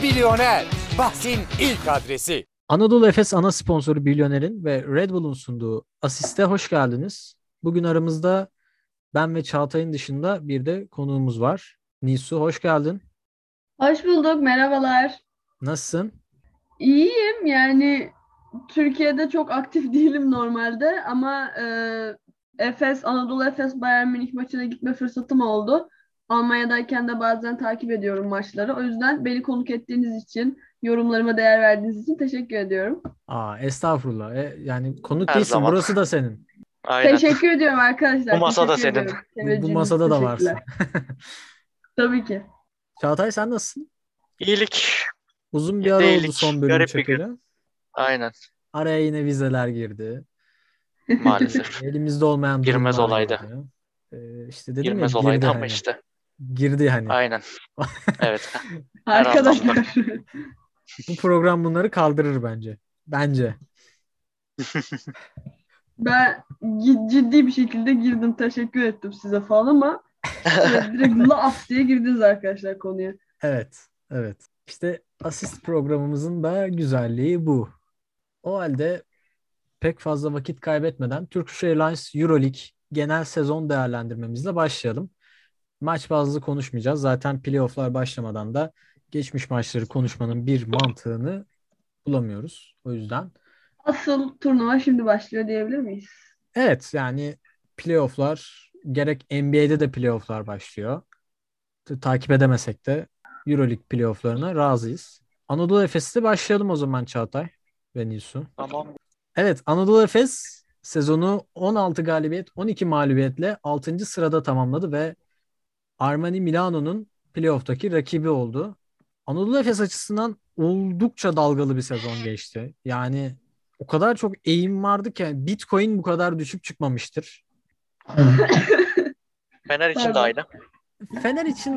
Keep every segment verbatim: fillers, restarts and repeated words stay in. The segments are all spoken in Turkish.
Bilyoner, bahsin ilk adresi. Anadolu Efes ana sponsoru Bilyoner'in ve Red Bull'un sunduğu Asist'e hoş geldiniz. Bugün aramızda ben ve Çağatay'ın dışında bir de konuğumuz var. Nisu, hoş geldin. Hoş bulduk, merhabalar. Nasılsın? İyiyim yani Türkiye'de çok aktif değilim normalde ama e, Efes, Anadolu Efes Bayern Münih maçına gitme fırsatım oldu. Almanya'dayken de bazen takip ediyorum maçları. O yüzden beni konuk ettiğiniz için, yorumlarıma değer verdiğiniz için teşekkür ediyorum. Aa, estağfurullah. E, yani konuk Her değilsin, zaman. burası da senin. Aynen. Teşekkür ediyorum Bu arkadaşlar. masa da Teşekkür senin. ediyorum. Bu, bu Teveccühünüz masada da teşekkürler. varsın. Tabii ki. Çağatay, sen nasılsın? İyilik. Uzun bir İyi ara oldu değilik. son bölüm Garip bir gün. çekeli. Aynen. Araya yine vizeler girdi. Maalesef. Elimizde olmayan Girmez durumlar olaydı. girdi. Ee, işte dedim ya, Girmez girdi olaydı ama hani. işte. Girdi hani. Aynen. Evet. Her anlamda. Arkadaşlar. Bu program bunları kaldırır bence. Bence. Ben gi- ciddi bir şekilde girdim. Teşekkür ettim size falan ama böyle direkt laf diye girdiniz arkadaşlar konuya. Evet. Evet. İşte asist programımızın da güzelliği bu. O halde pek fazla vakit kaybetmeden Turkish Airlines Euroleague genel sezon değerlendirmemizle başlayalım. Maç bazlı konuşmayacağız. Zaten playofflar başlamadan da geçmiş maçları konuşmanın bir mantığını bulamıyoruz. O yüzden Asıl turnuva şimdi başlıyor diyebilir miyiz? evet, yani playofflar gerek N B A'de de playofflar başlıyor. T- Takip edemesek de Euroleague playofflarına razıyız. Anadolu Efes'te başlayalım o zaman Çağatay ve Nisu. Tamam. Evet, Anadolu Efes sezonu on altı galibiyet, on iki mağlubiyetle altıncı sırada tamamladı ve Armani Milano'nun playoff'taki rakibi oldu. Anadolu Efes açısından oldukça dalgalı bir sezon geçti. Yani o kadar çok eğim vardı ki Bitcoin bu kadar düşük çıkmamıştır. Fener için de Pardon. aynı. Fener için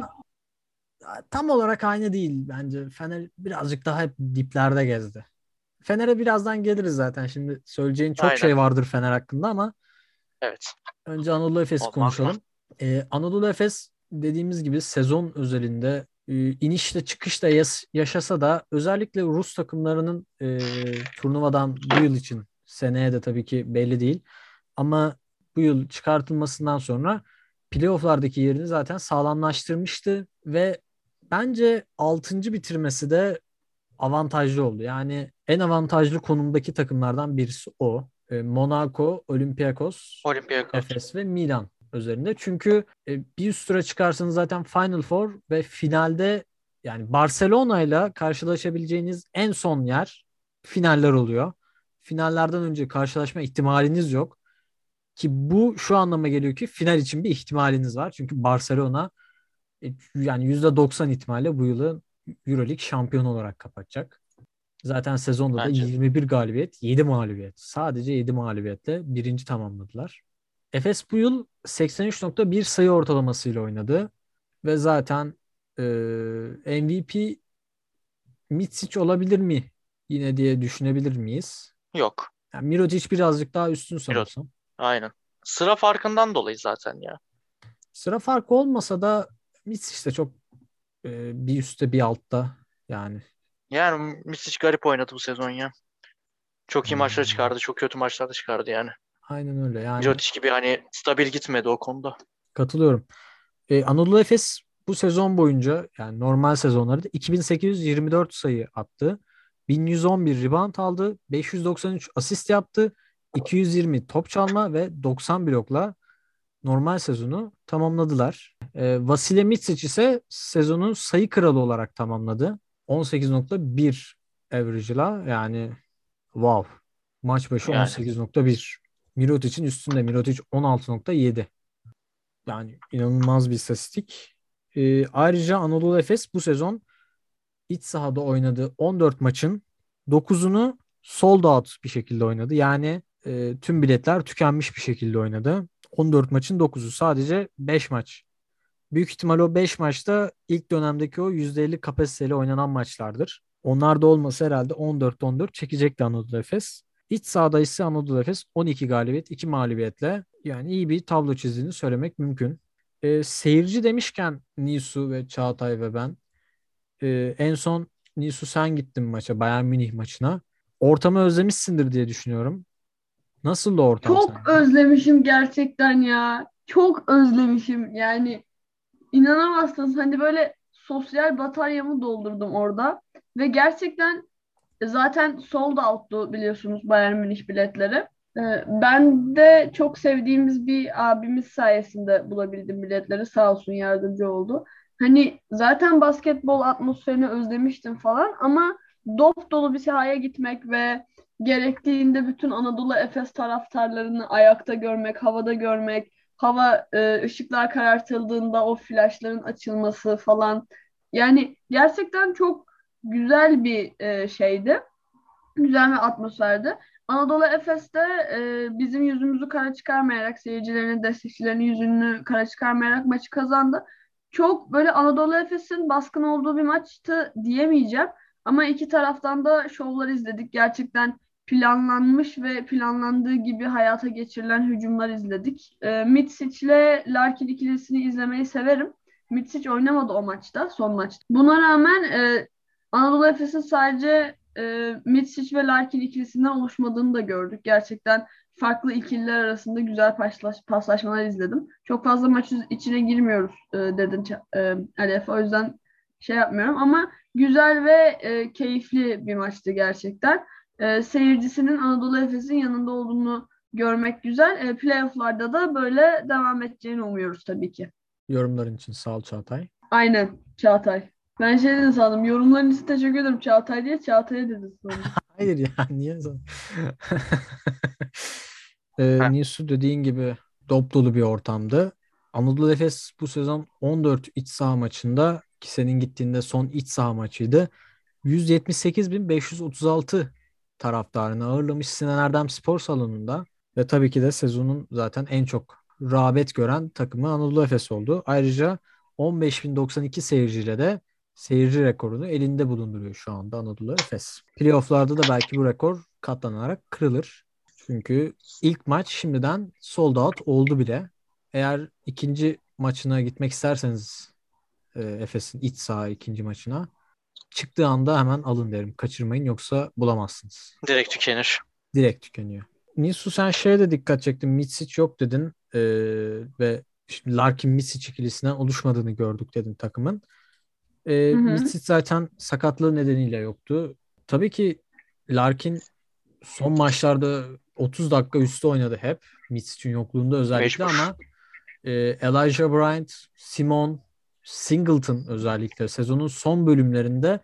tam olarak aynı değil bence. Fener birazcık daha hep diplerde gezdi. Fener'e birazdan geliriz zaten. Şimdi söyleyeceğin çok Aynen. şey vardır Fener hakkında ama Evet. önce Anadolu Efes'i Olmaz mı? konuşalım. Ee, Anadolu Efes dediğimiz gibi sezon özelinde e, inişle çıkışla yas- yaşasa da özellikle Rus takımlarının e, turnuvadan bu yıl için, seneye de tabii ki belli değil, ama bu yıl çıkartılmasından sonra playoff'lardaki yerini zaten sağlamlaştırmıştı ve bence altıncı bitirmesi de avantajlı oldu. Yani en avantajlı konumdaki takımlardan birisi o. E, Monaco, Olympiakos, Olympiakos. Efes ve Milan üzerinde. Çünkü e, bir üst tura çıkarsanız zaten Final Four ve finalde, yani Barcelona ile karşılaşabileceğiniz en son yer finaller oluyor. Finallerden önce karşılaşma ihtimaliniz yok. Ki bu şu anlama geliyor ki final için bir ihtimaliniz var. Çünkü Barcelona e, yani yüzde doksan ihtimalle bu yılı Euroleague şampiyonu olarak kapatacak. Zaten sezonda da Bence de. yirmi bir galibiyet, yedi mağlubiyet. Sadece yedi mağlubiyetle birinci tamamladılar. Efes bu yıl seksen üç nokta bir sayı ortalamasıyla oynadı ve zaten e, M V P Mitsic olabilir mi yine diye düşünebilir miyiz? Yok. Yani Mirotic birazcık daha üstün Biraz. sanırsam. Aynen. Sıra farkından dolayı zaten ya. Sıra farkı olmasa da Mitsic de çok e, bir üstte bir altta yani. Yani Misic garip oynadı bu sezon ya. Çok iyi maçlar Hmm. çıkardı. Çok kötü maçlar da çıkardı yani. Aynen öyle yani, Mirotic gibi hani stabil gitmedi o konuda. katılıyorum. Ee, Anadolu Efes bu sezon boyunca, yani normal sezonlarda iki bin sekiz yüz yirmi dört sayı attı. bin yüz on bir rebound aldı. beş yüz doksan üç asist yaptı. iki yüz yirmi top çalma ve doksan blokla normal sezonu tamamladılar. Ee, Vasile Mitsic ise sezonun sayı kralı olarak tamamladı. on sekiz nokta bir average'la, yani wow. Maç başı Yani. on sekiz nokta bir. Mirotic'in üstünde. Mirotic on altı nokta yedi. Yani inanılmaz bir istatistik. Ee, ayrıca Anadolu Efes bu sezon iç sahada oynadığı on dört maçın dokuzunu sold out bir şekilde oynadı. Yani e, tüm biletler tükenmiş bir şekilde oynadı. on dört maçın dokuzu, sadece beş maç. Büyük ihtimal o beş maçta ilk dönemdeki o yüzde elli kapasiteli oynanan maçlardır. Onlar da olmasa herhalde on dört on dört çekecekti Anadolu Efes. İç sahada ise Anadolu Efes on iki galibiyet, iki mağlubiyetle yani iyi bir tablo çizdiğini söylemek mümkün. Ee, seyirci demişken Nisu ve Çağatay ve ben e, en son Nisu sen gittin maça, Bayern Münih maçına. Ortamı özlemişsindir diye düşünüyorum. Nasıl da ortam Çok sence? özlemişim gerçekten ya. Çok özlemişim. Yani inanamazsınız. Hani böyle sosyal bataryamı doldurdum orada. Ve gerçekten zaten sold out'tu biliyorsunuz Bayern Münih biletleri. Ee, Ben de çok sevdiğimiz bir abimiz sayesinde bulabildim biletleri. Sağ olsun yardımcı oldu. Hani zaten basketbol atmosferini özlemiştim falan ama dop dolu bir sahaya gitmek ve gerektiğinde bütün Anadolu Efes taraftarlarını ayakta görmek, havada görmek, hava e, ışıklar karartıldığında o flaşların açılması falan. Yani gerçekten çok güzel bir e, şeydi. Güzel bir atmosferdi. Anadolu Efes'te e, bizim yüzümüzü kara çıkarmayarak, seyircilerinin, destekçilerinin yüzünü kara çıkarmayarak maçı kazandı. Çok böyle Anadolu Efes'in baskın olduğu bir maçtı diyemeyeceğim. Ama iki taraftan da şovlar izledik. Gerçekten planlanmış ve planlandığı gibi hayata geçirilen hücumlar izledik. E, Mitsic ile Larkin ikilisini izlemeyi severim. Mitsic oynamadı o maçta, son maçta. Buna rağmen e, Anadolu Efes'in sadece e, Mitsic ve Larkin ikilisinden oluşmadığını da gördük. Gerçekten farklı ikililer arasında güzel paslaş, paslaşmalar izledim. Çok fazla maç içine girmiyoruz e, dedin e, Ali Efe. O yüzden şey yapmıyorum ama güzel ve e, keyifli bir maçtı gerçekten. E, seyircisinin Anadolu Efes'in yanında olduğunu görmek güzel. E, playoff'larda da böyle devam edeceğini umuyoruz tabii ki. Yorumların için sağ ol Çağatay. Aynen Çağatay. Ben şey dedim sandım. Yorumların için teşekkür ederim Çağatay diye Çağatay'a dedin sandım. Hayır ya, niye sen? Ee, Heh. Nisu dediğin gibi dop dolu bir ortamdı. Anadolu Efes bu sezon on dört iç saha maçında, ki senin gittiğinde son iç saha maçıydı, yüz yetmiş sekiz bin beş yüz otuz altı taraftarını ağırlamış Sinan Erdem Spor Salonu'nda ve tabii ki de sezonun zaten en çok rağbet gören takımı Anadolu Efes oldu. Ayrıca on beş bin doksan iki seyirciyle de seyirci rekorunu elinde bulunduruyor şu anda Anadolu Efes. Playoff'larda da belki bu rekor katlanarak kırılır. Çünkü ilk maç şimdiden sold out oldu bile. Eğer ikinci maçına gitmek isterseniz e, Efes'in iç saha ikinci maçına, çıktığı anda hemen alın derim. Kaçırmayın, yoksa bulamazsınız. Direkt tükenir. Direkt tükeniyor. Nisu sen şeye de dikkat çektin. Mitsic yok dedin. Ee, ve şimdi Larkin Mitsic ikilisinden oluşmadığını gördük dedin takımın. Ee, Hı hı. Mitsic zaten sakatlığı nedeniyle yoktu. Tabii ki Larkin son maçlarda otuz dakika üstü oynadı hep. Mitsic'in yokluğunda özellikle, Mecbur. ama e, Elijah Bryant, Simon, Singleton özellikle sezonun son bölümlerinde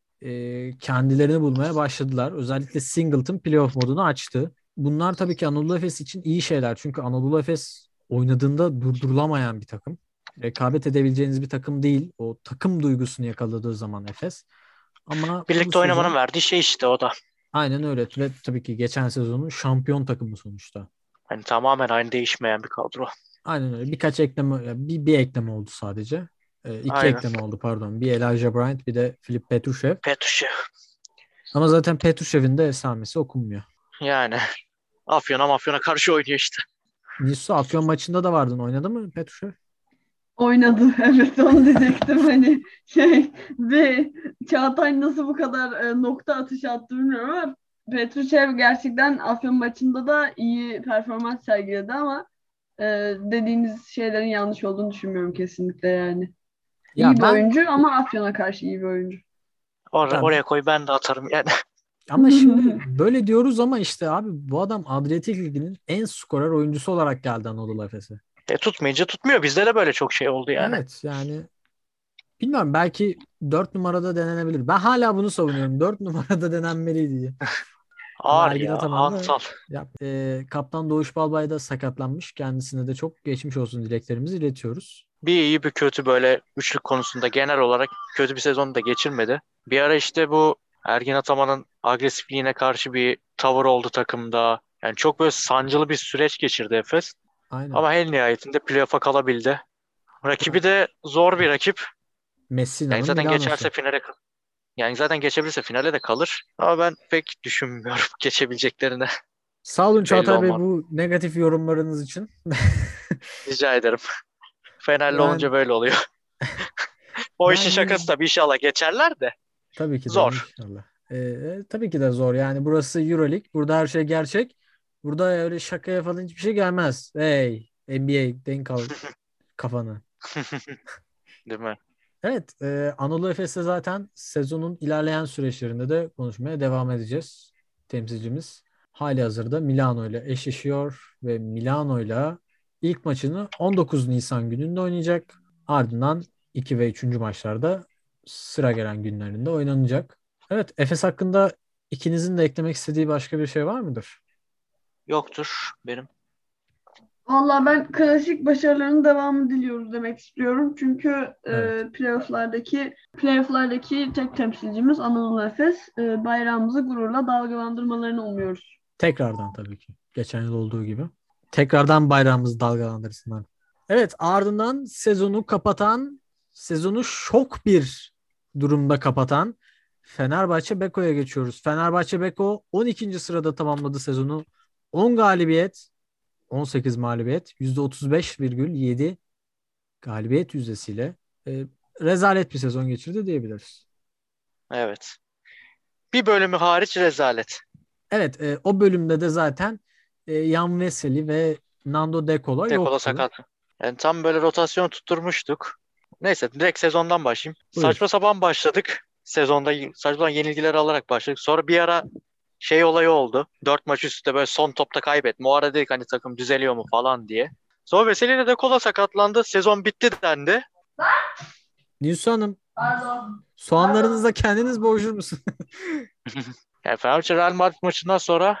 e, kendilerini bulmaya başladılar. Özellikle Singleton playoff modunu açtı. Bunlar tabii ki Anadolu Efes için iyi şeyler. Çünkü Anadolu Efes oynadığında durdurulamayan bir takım. Rekabet edebileceğiniz bir takım değil. O takım duygusunu yakaladığı zaman Efes. Ama bu Birlikte oynamanın sezon verdiği şey işte o da. aynen öyle. Ve tabii ki geçen sezonun şampiyon takımı sonuçta. Hani tamamen aynı, değişmeyen bir kadro. Aynen öyle. Birkaç ekleme, bir, bir ekleme oldu sadece. E, iki Aynen. ekleme oldu pardon. Bir Elijah Bryant, bir de Filip Petrushev. Petrushev. Ama zaten Petrushev'in de esamesi okunmuyor. Yani Afyon'a mafyona karşı oynuyor işte. Nisu Afyon maçında da vardın. Oynadı mı Petrushev? Oynadı. Evet onu diyecektim. Hani şey bir Çağatay nasıl bu kadar e, nokta atışı attı bilmiyorum ama Petrushev gerçekten Afyon maçında da iyi performans sergiledi ama e, dediğiniz şeylerin yanlış olduğunu düşünmüyorum kesinlikle yani. Ya İyi bir ben oyuncu ama Afyon'a karşı iyi bir oyuncu. Or ya, oraya koy, ben de atarım yani. ama şimdi böyle diyoruz ama işte abi, bu adam Adriyatik Ligi'nin en skorer oyuncusu olarak geldi Anadolu Efes'e. E, tutmayınca tutmuyor. Bizde de böyle çok şey oldu yani. Evet yani bilmiyorum, belki dört numarada denenebilir. Ben hala bunu savunuyorum. Dört numarada denenmeliydi diye. Ama Ağır Ergin ya. Ataman da Hantal. ya, e, Kaptan Doğuş Balbay da sakatlanmış. Kendisine de çok geçmiş olsun dileklerimizi iletiyoruz. Bir iyi bir kötü, böyle üçlük konusunda genel olarak kötü bir sezonu da geçirmedi. Bir ara işte bu Ergin Ataman'ın agresifliğine karşı bir tavır oldu takımda. Yani çok böyle sancılı bir süreç geçirdi Efes. Aynen. Ama en nihayetinde playoff'a kalabildi. Rakibi de zor bir rakip. Yani Messina'nın zaten Milano'su. geçerse finale kal- yani zaten geçebilirse finale de kalır. Ama ben pek düşünmüyorum geçebileceklerini. Sağ olun Belli Çağatay Bey olmaz. bu negatif yorumlarınız için. Rica ederim. Fenerli Ben olunca böyle oluyor. O işin ben şakası yine tabii, inşallah geçerler de. Tabii ki de Zor. inşallah. Ee, tabii ki de zor. Yani burası Euroleague. Burada her şey gerçek. Burada öyle şakaya falan hiçbir şey gelmez. Hey N B A denk al kafanı. Değil mi? Evet, e, Anadolu Efes'te zaten sezonun ilerleyen süreçlerinde de konuşmaya devam edeceğiz. Temsilcimiz hali hazırda Milano ile eşleşiyor ve Milano ile ilk maçını on dokuz Nisan gününde oynayacak. Ardından iki ve üçüncü maçlarda sıra gelen günlerinde oynanacak. Evet, Efes hakkında ikinizin de eklemek istediği başka bir şey var mıdır? Yoktur benim. Valla ben klasik başarılarının devamını diliyoruz demek istiyorum. Çünkü Evet, e, playofflardaki playofflardaki tek temsilcimiz Anadolu Efes. E, bayrağımızı gururla dalgalandırmalarını umuyoruz. tekrardan tabii ki. Geçen yıl olduğu gibi. Tekrardan bayrağımızı dalgalandırsınlar. Evet, ardından sezonu kapatan, sezonu şok bir durumda kapatan Fenerbahçe Beko'ya geçiyoruz. Fenerbahçe Beko on ikinci sırada tamamladı sezonu. on galibiyet, on sekiz mağlubiyet, yüzde otuz beş virgül yedi galibiyet yüzdesiyle e, rezalet bir sezon geçirdi diyebiliriz. Evet. Bir bölümü hariç rezalet. Evet, e, o bölümde de zaten e, Yan Veseli ve Nando De Colo Dekola yoktu. sakat. Yani tam böyle rotasyon tutturmuştuk. Neyse direkt sezondan başlayayım. Buyur. Saçma sapan başladık. Sezonda saçma sapan yenilgiler alarak başladık. Sonra bir ara şey olayı oldu. Dört maç üst üste böyle son topta kaybetme. O ara dedik hani takım düzeliyor mu falan diye. Sonra Veseli ile De Kola sakatlandı. Sezon bitti dendi. Nilsu Hanım, Pardon. soğanlarınızla kendiniz boğuşur musun? Yani Fenerbahçe Real Madrid maçından sonra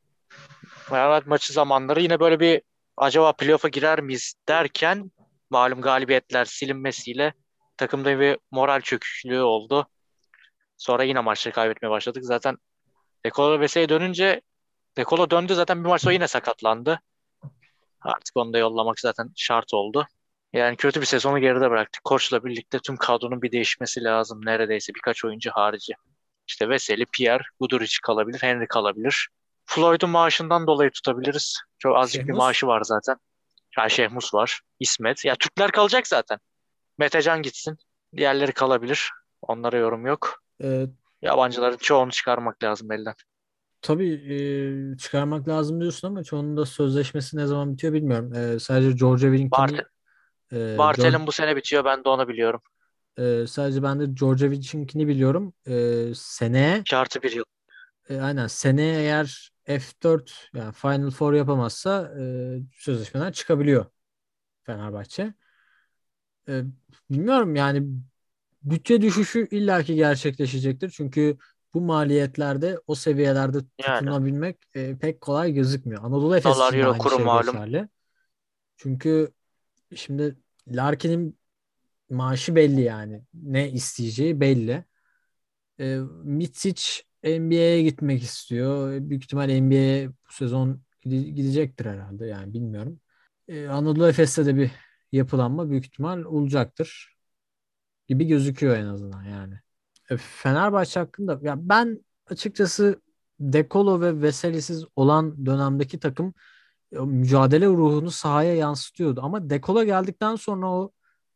Real Madrid maçı zamanları yine böyle bir acaba playoff'a girer miyiz derken malum galibiyetler silinmesiyle takımda bir moral çöküşlüğü oldu. Sonra yine maçları kaybetmeye başladık. Zaten De Colo Veseli'ye dönünce De Colo döndü zaten bir maç sonra yine sakatlandı. Artık onu da yollamak zaten şart oldu. Yani kötü bir sezonu geride bıraktık. Koç'la birlikte tüm kadronun bir değişmesi lazım. Neredeyse birkaç oyuncu harici. İşte Veseli, Pierre, Guduric kalabilir, Henry kalabilir. Floyd'un maaşından dolayı tutabiliriz. Çok azıcık bir Şehmus. maaşı var zaten. Ya Şehmus var, İsmet. Ya Türkler kalacak zaten. Metecan gitsin. Diğerleri kalabilir. Onlara yorum yok. Ee, Yabancıların çoğunu çıkarmak lazım elden. tabii e, çıkarmak lazım diyorsun ama çoğunun da sözleşmesi ne zaman bitiyor bilmiyorum. Ee, sadece Georgia Bart Willinkini e, George, Bartel'in bu sene bitiyor. Ben de onu biliyorum. e, sadece ben de Georgia Willinkini biliyorum. E, seneye Şartı bir yıl. e, aynen seneye eğer F dört yani Final Four yapamazsa e, sözleşmeden çıkabiliyor Fenerbahçe. E, bilmiyorum yani bütçe düşüşü illaki gerçekleşecektir. Çünkü bu maliyetlerde o seviyelerde Yani tutunabilmek e, pek kolay gözükmüyor. Anadolu Efes dolar için de euro aynı kuru şey malum. geçerli. Çünkü şimdi Larkin'in maaşı belli yani. Ne isteyeceği belli. E, Mitsic N B A'ye gitmek istiyor. Büyük ihtimal N B A'ye bu sezon gide- gidecektir herhalde yani bilmiyorum. E, Anadolu Efes'te de bir yapılanma büyük ihtimal olacaktır gibi gözüküyor en azından yani. E, Fenerbahçe hakkında ya ben açıkçası Dekolo ve Veselisiz olan dönemdeki takım e, o mücadele ruhunu sahaya yansıtıyordu. Ama Dekolo geldikten sonra o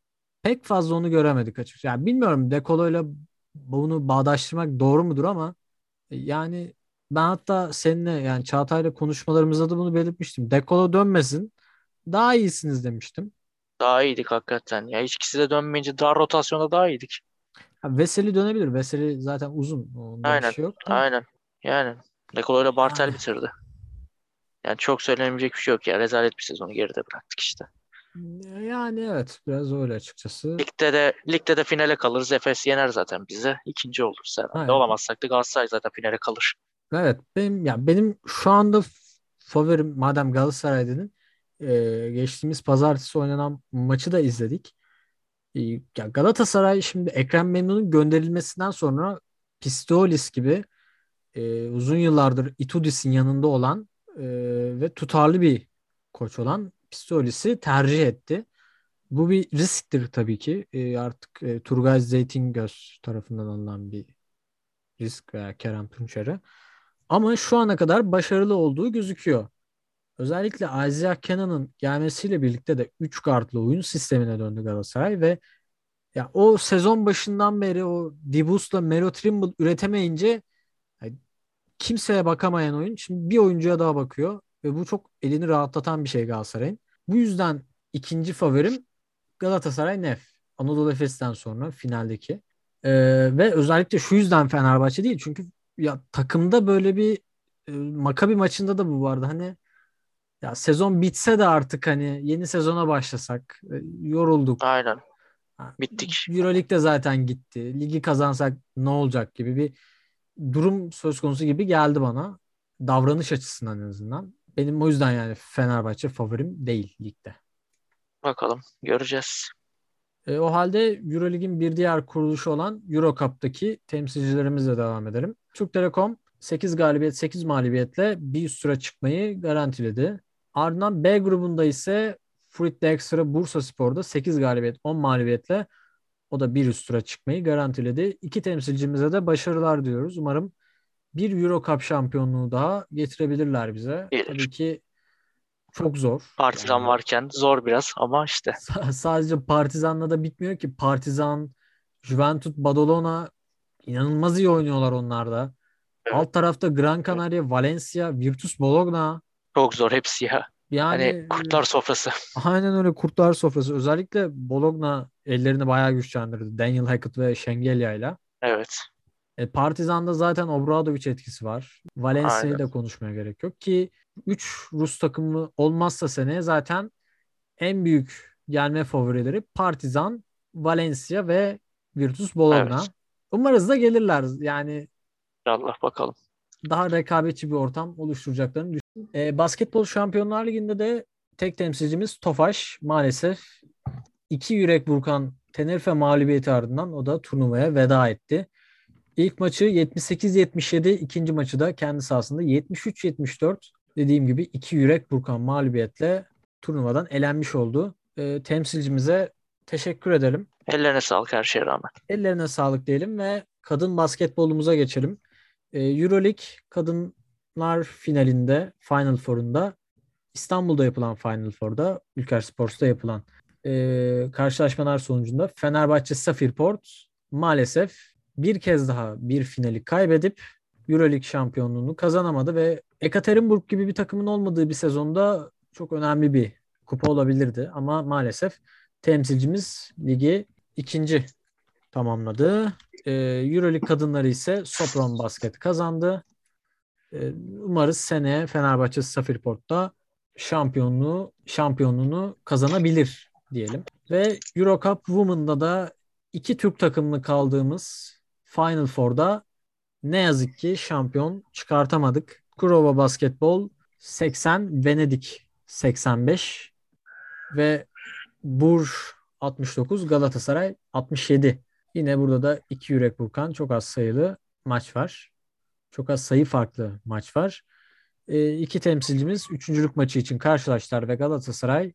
pek fazla onu göremedik açıkçası. Yani bilmiyorum Dekolo'yla bunu bağdaştırmak doğru mudur ama e, yani ben hatta seninle yani Çağatay'la konuşmalarımızda da bunu belirtmiştim. Dekolo dönmesin daha iyisiniz demiştim. Daha iyiydik hakikaten. Ya hiç ikisi de dönmeyince dar rotasyonda daha iyiydik. Ha, Veseli dönebilir. Veseli zaten uzun. Onda bir Aynen. şey yok da. Aynen. Yani Dekolo ile Yani Bartel bitirdi. Yani çok söylenebilecek bir şey yok ya. Rezalet bir sezonu geride bıraktık işte. yani evet biraz öyle açıkçası. Ligde de ligde de finale kalırız. Efes yener zaten bizi. İkinci oluruz herhalde. Ha, Olamazsak da Galatasaray zaten finale kalır. evet benim ya benim şu anda f- favorim madem Galatasaray dedin e, geçtiğimiz pazartesi oynanan maçı da izledik. E, ya Galatasaray şimdi Ekrem Memnun'un gönderilmesinden sonra Pistolis gibi e, uzun yıllardır Itudis'in yanında olan e, ve tutarlı bir koç olan Pistolis'i tercih etti. Bu bir risktir tabii ki. E, artık e, Turgay Zeytingöz tarafından alınan bir risk veya Kerem Tunçer'e. Ama şu ana kadar başarılı olduğu gözüküyor. Özellikle Isaiah Kenan'ın gelmesiyle birlikte de üç guardlı oyun sistemine döndü Galatasaray ve Ya o sezon başından beri o Dibus'la Melo Trimble üretemeyince yani kimseye bakamayan oyun şimdi bir oyuncuya daha bakıyor ve bu çok elini rahatlatan bir şey Galatasaray'ın. Bu yüzden ikinci favorim Galatasaray Nef. Anadolu Efes'ten sonra finaldeki. Ee, ve özellikle şu yüzden Fenerbahçe değil. Çünkü ya takımda böyle bir e, Maccabi maçında da bu vardı. Hani ya sezon bitse de artık hani yeni sezona başlasak. e, yorulduk. Aynen. Ha, Bittik. Euroleague de zaten gitti. Ligi kazansak ne olacak gibi bir durum söz konusu gibi geldi bana. Davranış açısından en azından. Benim o yüzden yani Fenerbahçe favorim değil ligde. Bakalım. Göreceğiz. E, o halde Eurolig'in bir diğer kuruluşu olan Eurocup'taki temsilcilerimizle devam edelim. Türk Telekom sekiz galibiyet sekiz mağlubiyetle bir üst tura çıkmayı garantiledi. Ardından B grubunda ise Fruit Extra Bursaspor'da sekiz galibiyet on mağlubiyetle o da bir üst tura çıkmayı garantiledi. İki temsilcimize de başarılar diyoruz. Umarım bir Eurocup şampiyonluğu daha getirebilirler bize. Gelir. Tabii ki çok zor. Partizan Yani varken zor biraz ama işte. sa- sadece Partizan'la da bitmiyor ki. Partizan, Juventus, Badalona inanılmaz iyi oynuyorlar onlar da. Evet. Alt tarafta Gran Canaria, Valencia, Virtus Bologna. Çok zor hepsi ya. Yani Hani kurtlar sofrası. aynen öyle kurtlar sofrası. Özellikle Bologna ellerini bayağı güçlendirdi. Daniel Hackett ve Şengelya ile. Evet. E, Partizan'da zaten Obradović etkisi var. Valencia'yı Aynen. da konuşmaya gerek yok ki üç Rus takımı olmazsa seneye zaten en büyük gelme favorileri Partizan, Valencia ve Virtus Bologna. Evet. Umarız da gelirler. Yani Allah bakalım. daha rekabetçi bir ortam oluşturacaklarını düşünüyorum. E, Basketbol Şampiyonlar Ligi'nde de tek temsilcimiz Tofaş maalesef iki yürek burkan Tenerife mağlubiyeti ardından o da turnuvaya veda etti. İlk maçı yetmiş sekiz yetmiş yedi, ikinci maçı da kendi sahasında yetmiş üç yetmiş dört dediğim gibi iki yürek burkan mağlubiyetle turnuvadan elenmiş oldu. E, temsilcimize teşekkür edelim. Ellerine sağlık her şeye rağmen. Ellerine sağlık diyelim ve kadın basketbolumuza geçelim. E, Euroleague kadınlar finalinde, Final Four'unda İstanbul'da yapılan Final Four'da, Ülker Sports'ta yapılan e, karşılaşmalar sonucunda Fenerbahçe Safirport maalesef bir kez daha bir finali kaybedip Euroleague şampiyonluğunu kazanamadı ve Ekaterinburg gibi bir takımın olmadığı bir sezonda çok önemli bir kupa olabilirdi. Ama maalesef temsilcimiz ligi ikinci tamamladı. E, Euroleague kadınları ise Sopron Basket kazandı. E, umarız seneye Fenerbahçe Safirport'ta şampiyonluğu şampiyonluğunu kazanabilir diyelim. Ve Eurocup Women'da da iki Türk takımlı kaldığımız Final Four'da ne yazık ki şampiyon çıkartamadık. Kurova Basketbol seksen, Venedik seksen beş ve Burj altmış dokuz, Galatasaray altmış yedi. Yine burada da iki yürek burkan çok az sayılı maç var. Çok az sayı farklı maç var. E, iki temsilcimiz üçüncülük maçı için karşılaştılar ve Galatasaray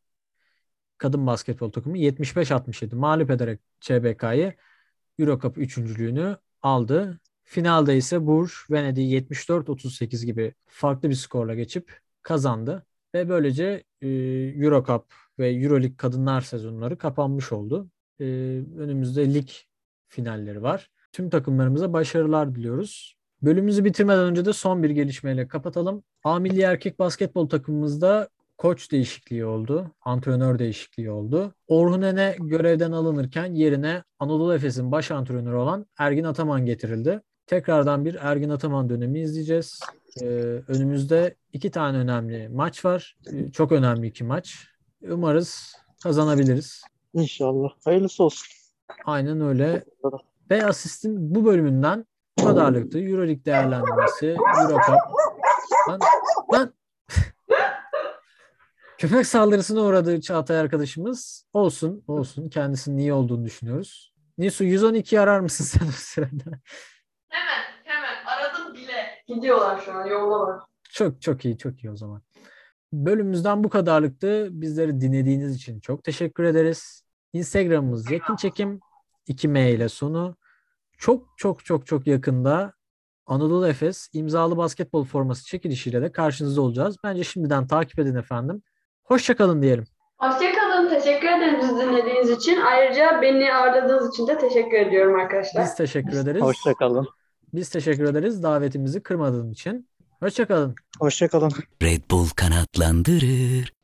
kadın basketbol takımı yetmiş beş altmış yedi mağlup ederek C B K'yı Eurocup üçüncülüğünü aldı. Finalde ise Burj Venedik'i yetmiş dört otuz sekiz gibi farklı bir skorla geçip kazandı. Ve böylece e, Eurocup ve Euroleague kadınlar sezonları kapanmış oldu. E, önümüzde lig finalleri var. Tüm takımlarımıza başarılar diliyoruz. Bölümümüzü bitirmeden önce de son bir gelişmeyle kapatalım. A Milli Erkek Basketbol takımımızda koç değişikliği oldu. Antrenör değişikliği oldu. Orhun Ene görevden alınırken yerine Anadolu Efes'in baş antrenörü olan Ergin Ataman getirildi. Tekrardan bir Ergin Ataman dönemi izleyeceğiz. Ee, önümüzde iki tane önemli maç var. Ee, çok önemli iki maç. Umarız kazanabiliriz. İnşallah. Hayırlısı olsun. Aynen öyle. Ve asistin bu bölümünden bu kadarlıktı. Euroleague değerlendirmesi, Eurocup. Lan, lan. Köpek saldırısına uğradığı Çağatay arkadaşımız olsun, olsun. Kendisinin iyi olduğunu düşünüyoruz. Nisu yüz on iki arar mısın sen o sırada? Hemen hemen aradım bile. Gidiyorlar şu an yoldalar. Çok çok iyi, çok iyi o zaman. Bölümümüzden bu kadarlıktı. Bizleri dinlediğiniz için çok teşekkür ederiz. Instagram'ımız Yakın Çekim iki M ile sonu. Çok çok çok çok yakında Anadolu Efes imzalı basketbol forması çekilişiyle de karşınızda olacağız. Bence şimdiden takip edin efendim. Hoşça kalın diyelim. Hoşçakalın. Teşekkür teşekkür ederiz bizi dinlediğiniz için. Ayrıca beni ağırladığınız için de teşekkür ediyorum arkadaşlar. Biz teşekkür ederiz. Hoşçakalın. Biz teşekkür ederiz davetimizi kırmadığın için. Hoşça kalın. Hoşçakalın. Red Bull kanatlandırır.